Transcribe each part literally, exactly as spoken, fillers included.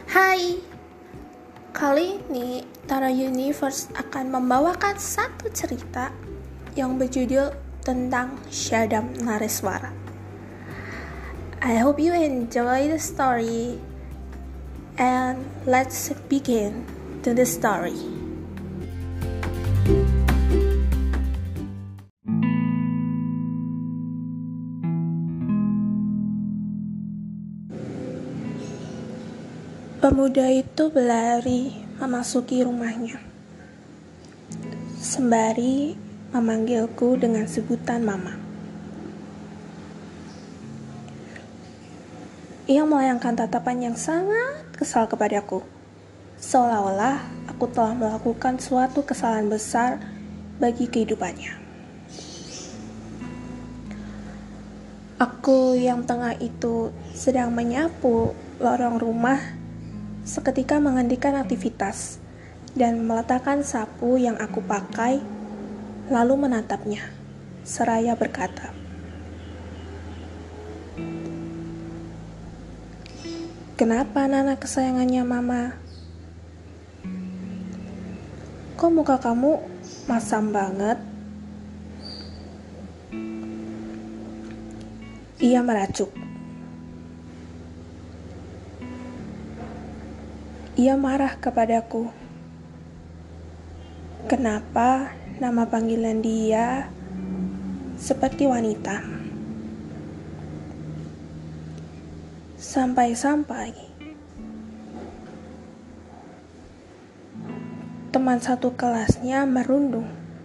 Hai, kali ini Tara Universe akan membawakan satu cerita yang berjudul tentang Syadam Nareswara. I hope you enjoy the story and let's begin to the story. Pemuda itu berlari memasuki rumahnya, sembari memanggilku dengan sebutan Mama. Ia melayangkan tatapan yang sangat kesal kepadaku, seolah-olah aku telah melakukan suatu kesalahan besar bagi kehidupannya. Aku yang tengah itu sedang menyapu lorong rumah seketika menghentikan aktivitas dan meletakkan sapu yang aku pakai, lalu menatapnya, seraya berkata, "Kenapa Nana kesayangannya Mama? Kok muka kamu masam banget?" Ia meracuk. Ia marah kepadaku. Kenapa nama panggilan dia seperti wanita? Sampai-sampai teman satu kelasnya merundung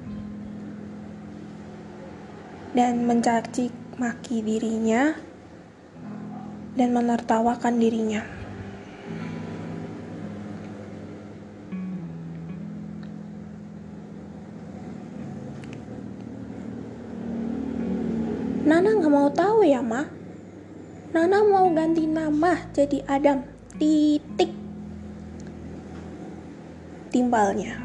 dan mencaci maki dirinya dan menertawakan dirinya. Nana gak mau tahu ya, Ma. Nana mau ganti nama jadi Adam. Titik. Timbalnya.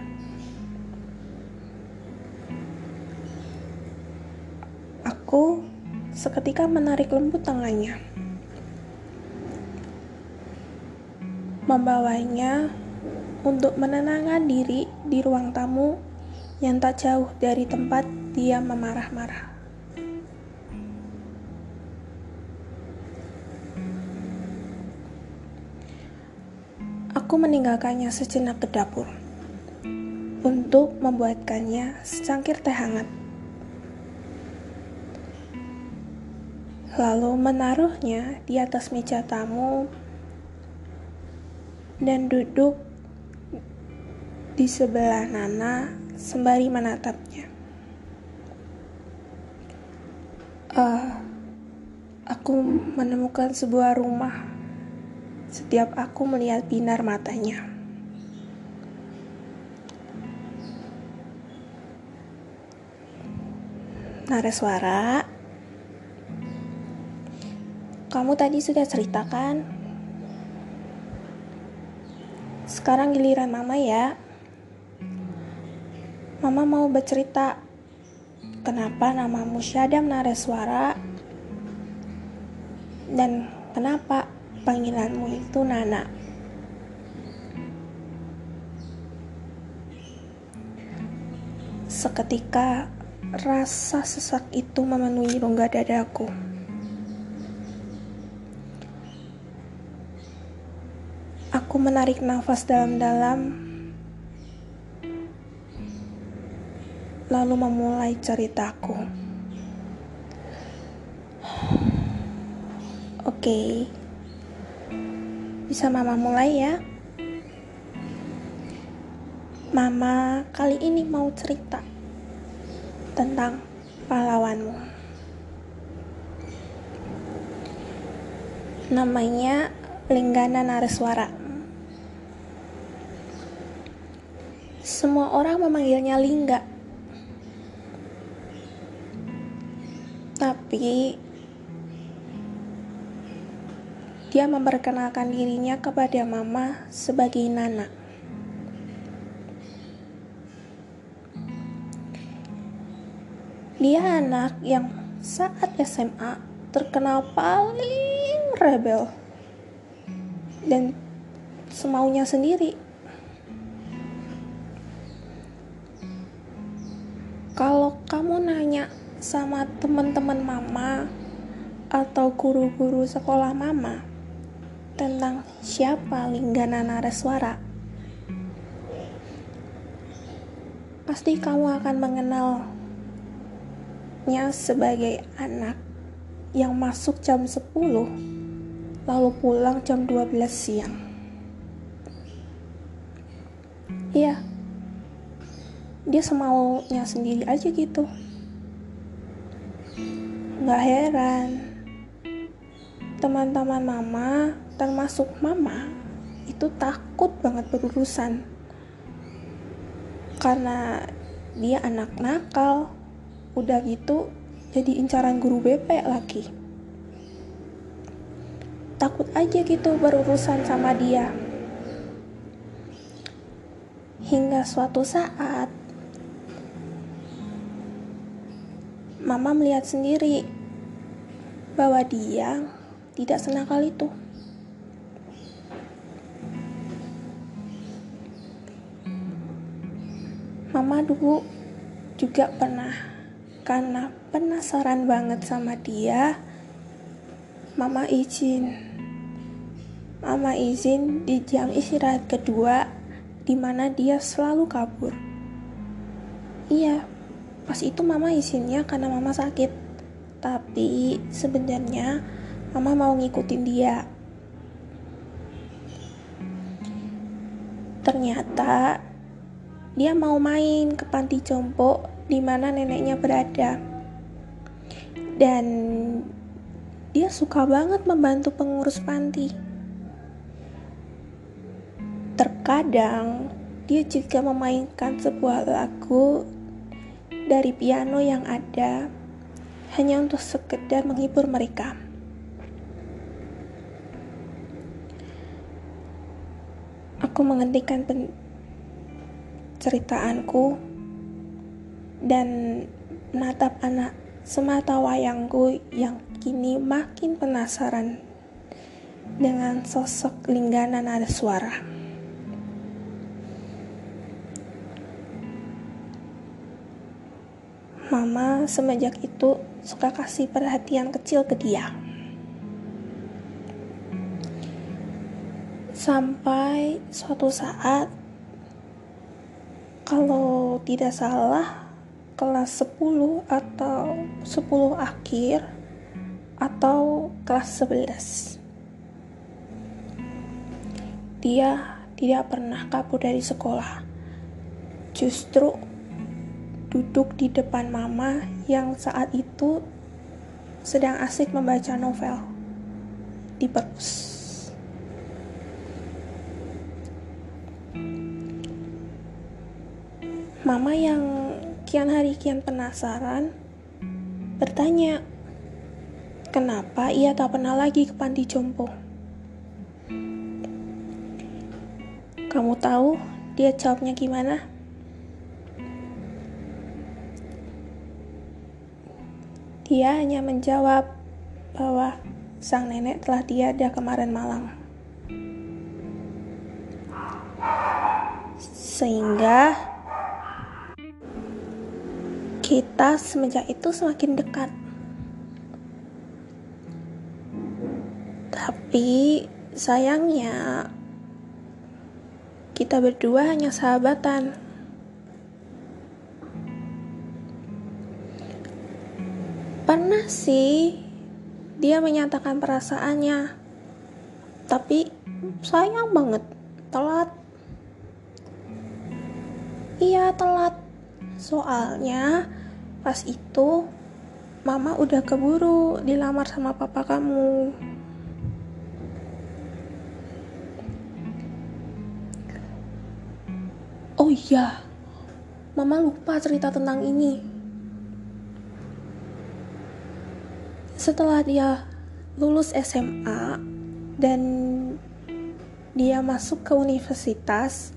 Aku seketika menarik lembut tangannya, membawanya untuk menenangkan diri di ruang tamu yang tak jauh dari tempat dia memarah-marah. Aku meninggalkannya sejenak ke dapur untuk membuatkannya secangkir teh hangat, lalu menaruhnya di atas meja tamu dan duduk di sebelah Nana sembari menatapnya. Uh, aku menemukan sebuah rumah setiap aku melihat binar matanya. Nareswara, kamu tadi sudah ceritakan. Sekarang giliran Mama ya. Mama mau bercerita kenapa namamu Syadam Nareswara dan kenapa panggilanmu itu Nana. Seketika rasa sesak itu memenuhi rongga dadaku. Aku menarik nafas dalam-dalam, lalu memulai ceritaku. Oke. Okay. Bisa Mama mulai ya? Mama kali ini mau cerita tentang pahlawanmu. Namanya Lenggana Nareswara. Semua orang memanggilnya Lingga. Tapi dia memperkenalkan dirinya kepada Mama sebagai Nana. Dia anak yang saat S M A terkenal paling rebel dan semaunya sendiri. Kalau kamu nanya sama teman-teman mama atau guru-guru sekolah mama tentang siapa Linggana Nareswara, pasti kamu akan mengenalnya sebagai anak yang masuk jam sepuluh lalu pulang jam dua belas siang. Iya, dia semaunya sendiri aja gitu. Gak heran teman-teman mama, termasuk mama, itu takut banget berurusan karena dia anak nakal. Udah gitu jadi incaran guru B P lagi. Takut aja gitu berurusan sama dia. Hingga suatu saat mama melihat sendiri bahwa dia tidak senakal itu. Mama dulu juga pernah, karena penasaran banget sama dia, Mama izin. Mama izin di jam istirahat kedua, di mana dia selalu kabur. Iya, pas itu mama izinnya karena mama sakit. Tapi sebenarnya mama mau ngikutin dia. Ternyata dia mau main ke panti jompo di mana neneknya berada. Dan dia suka banget membantu pengurus panti. Terkadang dia juga memainkan sebuah lagu dari piano yang ada hanya untuk sekedar menghibur mereka. Aku menghentikan penceritaanku dan menatap anak semata wayangku yang kini makin penasaran dengan sosok Linggana Nareswara. Mama semenjak itu suka kasih perhatian kecil ke dia. Sampai suatu saat, kalau tidak salah, kelas sepuluh atau sepuluh akhir atau kelas sebelas. Dia tidak pernah kabur dari sekolah. Justru duduk di depan mama yang saat itu sedang asik membaca novel di perpus. Mama yang kian hari kian penasaran bertanya, kenapa ia tak pernah lagi ke panti jompo. Kamu tahu dia jawabnya gimana? Dia hanya menjawab bahwa sang nenek telah tiada kemarin malam. Sehingga kita semenjak itu semakin dekat. Tapi sayangnya kita berdua hanya sahabatan. Pernah sih dia menyatakan perasaannya, tapi sayang banget, telat. Iya telat, soalnya pas itu mama udah keburu dilamar sama papa kamu. Oh iya, mama lupa cerita tentang ini. Setelah dia lulus S M A dan dia masuk ke universitas,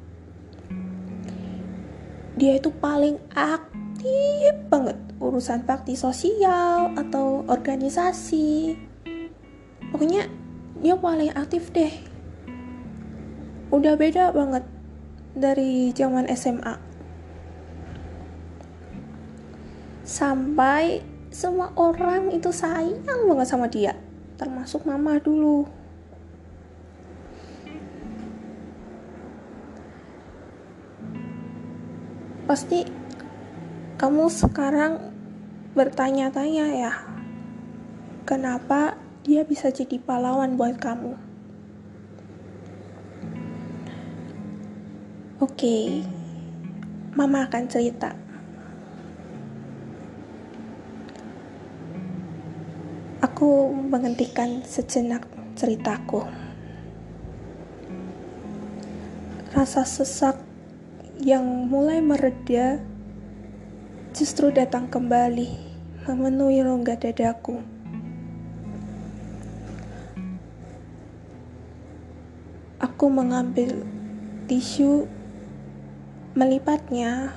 dia itu paling aktif banget urusan bakti sosial atau organisasi. Pokoknya dia paling aktif deh. udah beda banget dari zaman S M A. Sampai semua orang itu sayang banget sama dia, termasuk mama dulu. Pasti kamu sekarang bertanya-tanya ya, kenapa dia bisa jadi pahlawan buat kamu? Oke, mama akan cerita. Aku menghentikan sejenak ceritaku. Rasa sesak yang mulai mereda justru datang kembali, memenuhi rongga dadaku. Aku mengambil tisu, melipatnya,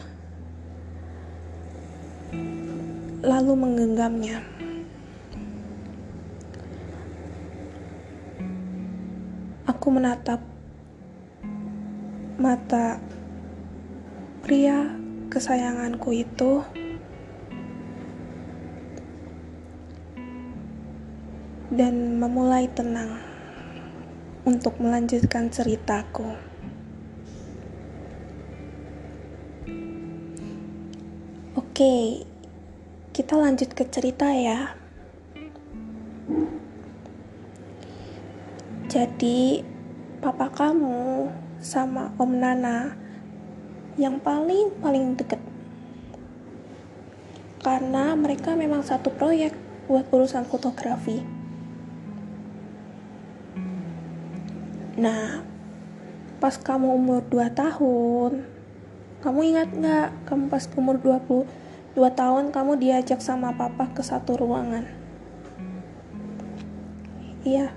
lalu menggenggamnya. Aku menatap mata pria kesayanganku itu, dan memulai tenang untuk melanjutkan ceritaku. Oke, kita lanjut ke cerita ya. Jadi, papa kamu sama Om Nana yang paling-paling deket. Karena mereka memang satu proyek buat urusan fotografi. Nah, pas kamu umur dua tahun, kamu ingat gak? Kamu pas umur dua puluh dua tahun, kamu diajak sama papa ke satu ruangan. Iya.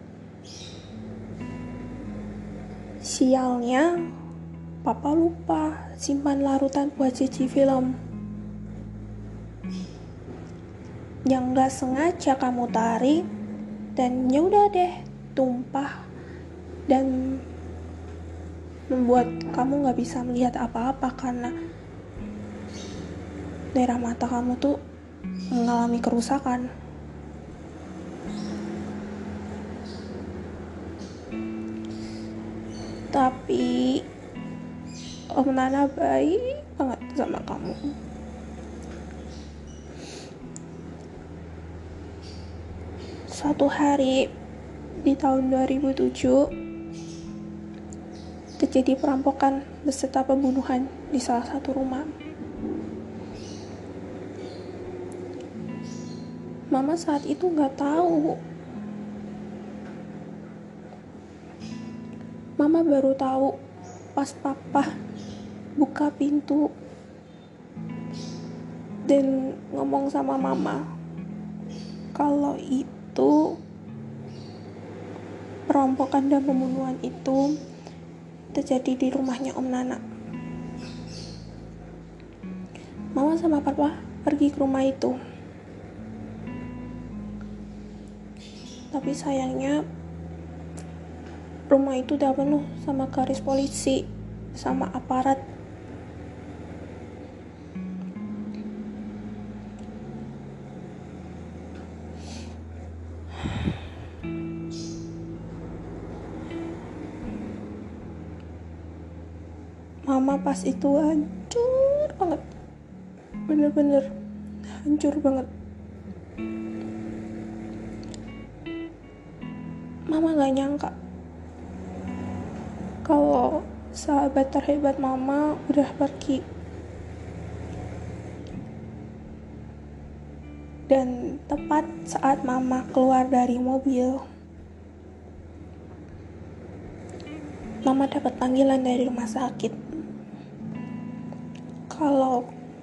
Sialnya, papa lupa simpan larutan buat cuci film. Yang gak sengaja kamu tarik, dan yaudah deh, tumpah. Dan membuat kamu gak bisa melihat apa-apa karena daerah mata kamu tuh mengalami kerusakan. Tapi Om Nana baik banget sama kamu. Suatu hari di tahun dua ribu tujuh terjadi perampokan beserta pembunuhan di salah satu rumah. Mama saat itu gak tahu. Mama baru tahu pas papa buka pintu dan ngomong sama mama kalau itu perampokan dan pembunuhan itu terjadi di rumahnya Om Nana. Mama sama papa pergi ke rumah itu. Tapi sayangnya rumah itu udah penuh sama garis polisi, sama aparat. Mama pas itu hancur banget. Bener-bener hancur banget. Mama gak nyangka kalau sahabat terhebat mama udah pergi. Dan tepat saat mama keluar dari mobil, mama dapat panggilan dari rumah sakit kalau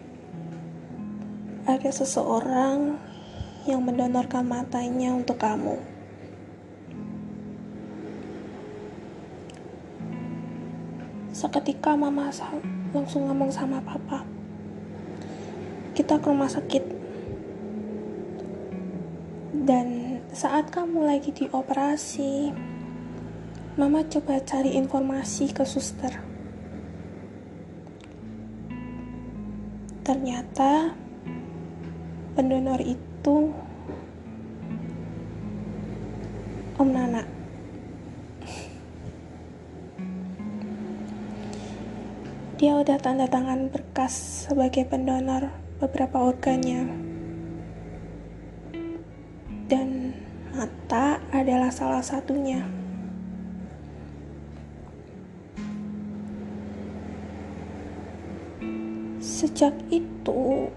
ada seseorang yang mendonorkan matanya untuk kamu. Seketika mama langsung ngomong sama papa, kita ke rumah sakit. Dan saat kamu lagi dioperasi, Mama coba cari informasi ke suster. Ternyata pendonor itu Om Nana. Dia udah tanda tangan berkas sebagai pendonor beberapa organnya. Dan mata adalah salah satunya. Sejak itu,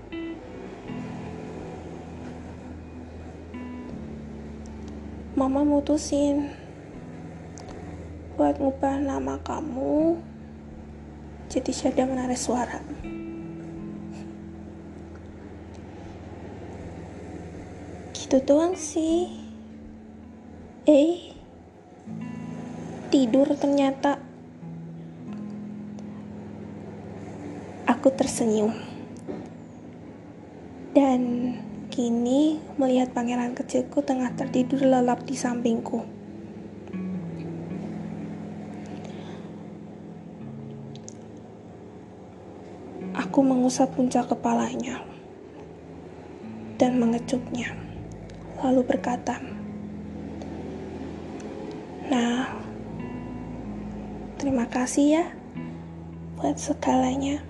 Mama mutusin buat ngubah nama kamu jadi Syada Menareswara. Gitu doang sih. Eh, tidur ternyata. Aku tersenyum. Dan kini melihat pangeran kecilku tengah tertidur lelap di sampingku. Aku mengusap puncak kepalanya dan mengecupnya, lalu berkata, "Nah, terima kasih ya buat segalanya."